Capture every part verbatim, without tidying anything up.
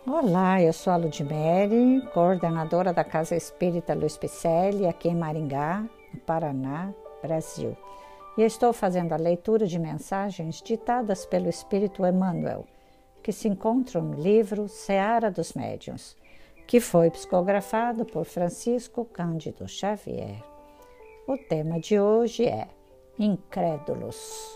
Olá, eu sou a Ludmere, coordenadora da Casa Espírita Luiz Picelli, aqui em Maringá, no Paraná, Brasil. E estou fazendo a leitura de mensagens ditadas pelo Espírito Emmanuel, que se encontram no livro Seara dos Médiuns, que foi psicografado por Francisco Cândido Xavier. O tema de hoje é Incrédulos.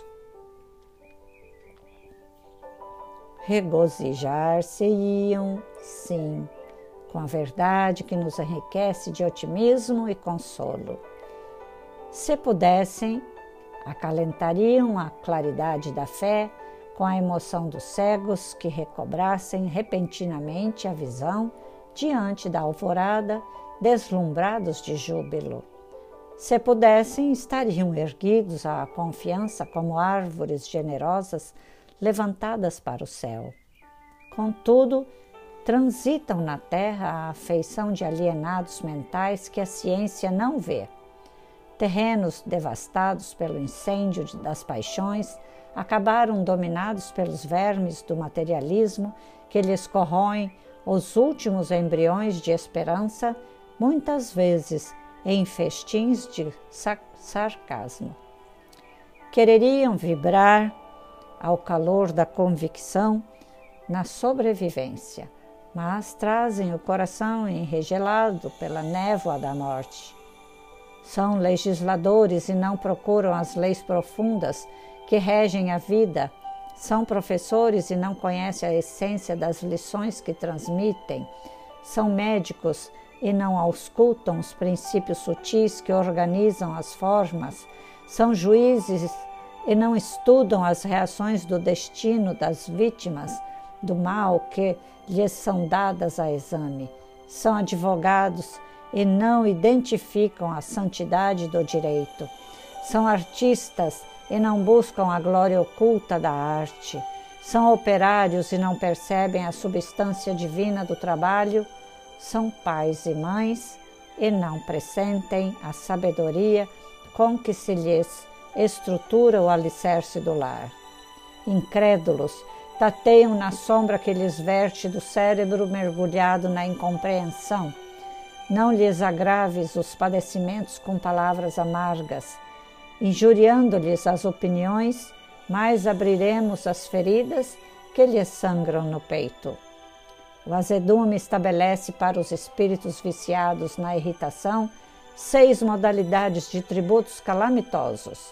Regozijar-se-iam, sim, com a verdade que nos enriquece de otimismo e consolo. Se pudessem, acalentariam a claridade da fé com a emoção dos cegos que recobrassem repentinamente a visão diante da alvorada, deslumbrados de júbilo. Se pudessem, estariam erguidos à confiança como árvores generosas levantadas para o céu. Contudo, transitam na terra a afeição de alienados mentais que a ciência não vê. Terrenos devastados pelo incêndio das paixões acabaram dominados pelos vermes do materialismo que lhes corroem os últimos embriões de esperança, muitas vezes em festins de sarcasmo. Quereriam vibrar ao calor da convicção na sobrevivência, mas trazem o coração enregelado pela névoa da morte. São legisladores e não procuram as leis profundas que regem a vida. São professores e não conhecem a essência das lições que transmitem. São médicos e não auscultam os princípios sutis que organizam as formas. São juízes e não estudam as reações do destino das vítimas do mal que lhes são dadas a exame. São advogados e não identificam a santidade do direito. São artistas e não buscam a glória oculta da arte. São operários e não percebem a substância divina do trabalho. São pais e mães e não pressentem a sabedoria com que se lhes estrutura o alicerce do lar. Incrédulos tateiam na sombra que lhes verte do cérebro mergulhado na incompreensão. Não lhes agraves os padecimentos com palavras amargas. Injuriando-lhes as opiniões, mais abriremos as feridas que lhes sangram no peito. O azedume estabelece para os espíritos viciados na irritação seis modalidades de tributos calamitosos: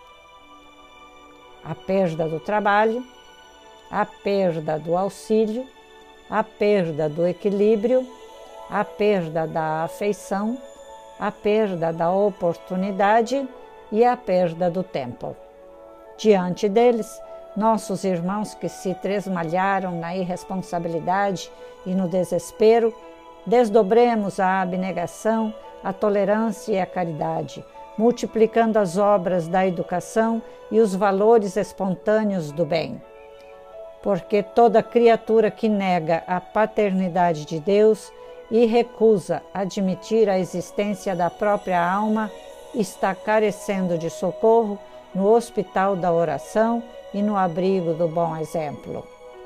a perda do trabalho, a perda do auxílio, a perda do equilíbrio, a perda da afeição, a perda da oportunidade e a perda do tempo. Diante deles, nossos irmãos que se tresmalharam na irresponsabilidade e no desespero, desdobremos a abnegação, a tolerância e a caridade, multiplicando as obras da educação e os valores espontâneos do bem. Porque toda criatura que nega a paternidade de Deus e recusa admitir a existência da própria alma está carecendo de socorro no hospital da oração e no abrigo do bom exemplo.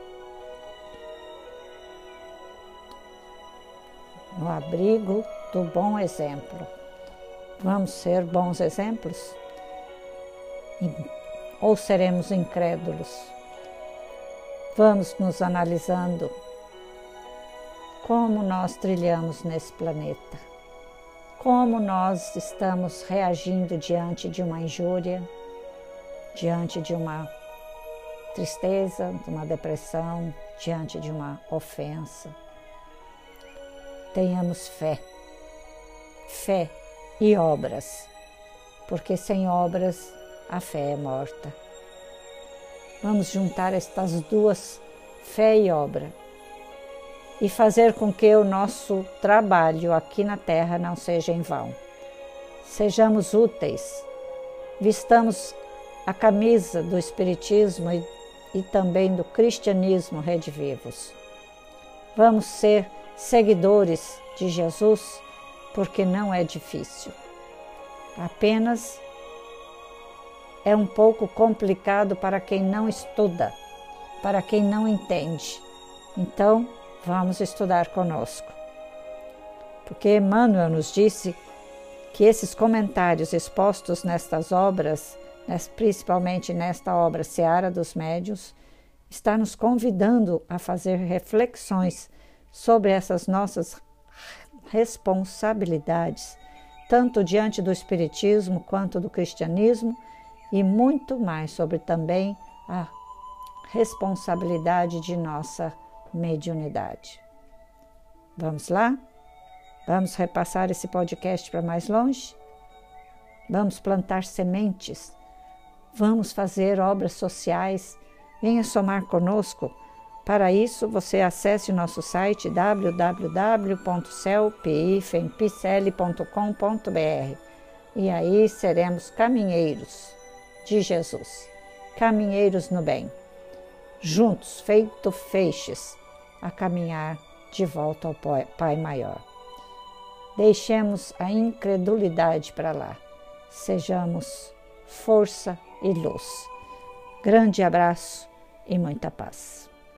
No abrigo do bom exemplo. Vamos ser bons exemplos? Ou seremos incrédulos? Vamos nos analisando como nós trilhamos nesse planeta, como nós estamos reagindo diante de uma injúria, diante de uma tristeza, de uma depressão, diante de uma ofensa. Tenhamos fé, fé e obras, porque sem obras a fé é morta. Vamos juntar estas duas, fé e obra, e fazer com que o nosso trabalho aqui na Terra não seja em vão. Sejamos úteis, vistamos a camisa do Espiritismo e, e também do Cristianismo redivivos. Vamos ser seguidores de Jesus, porque não é difícil. Apenas é um pouco complicado para quem não estuda, para quem não entende. Então, vamos estudar conosco. Porque Emmanuel nos disse que esses comentários expostos nestas obras, principalmente nesta obra Seara dos Médiuns, está nos convidando a fazer reflexões sobre essas nossas responsabilidades, tanto diante do Espiritismo quanto do Cristianismo, e muito mais sobre também a responsabilidade de nossa mediunidade. Vamos lá? Vamos repassar esse podcast para mais longe? Vamos plantar sementes? Vamos fazer obras sociais? Venha somar conosco. Para isso, você acesse o nosso site w w w ponto celpifempicele ponto com ponto b r e aí seremos caminheiros de Jesus, caminheiros no bem, juntos, feito feixes, a caminhar de volta ao Pai Maior. Deixemos a incredulidade para lá, sejamos força e luz. Grande abraço e muita paz.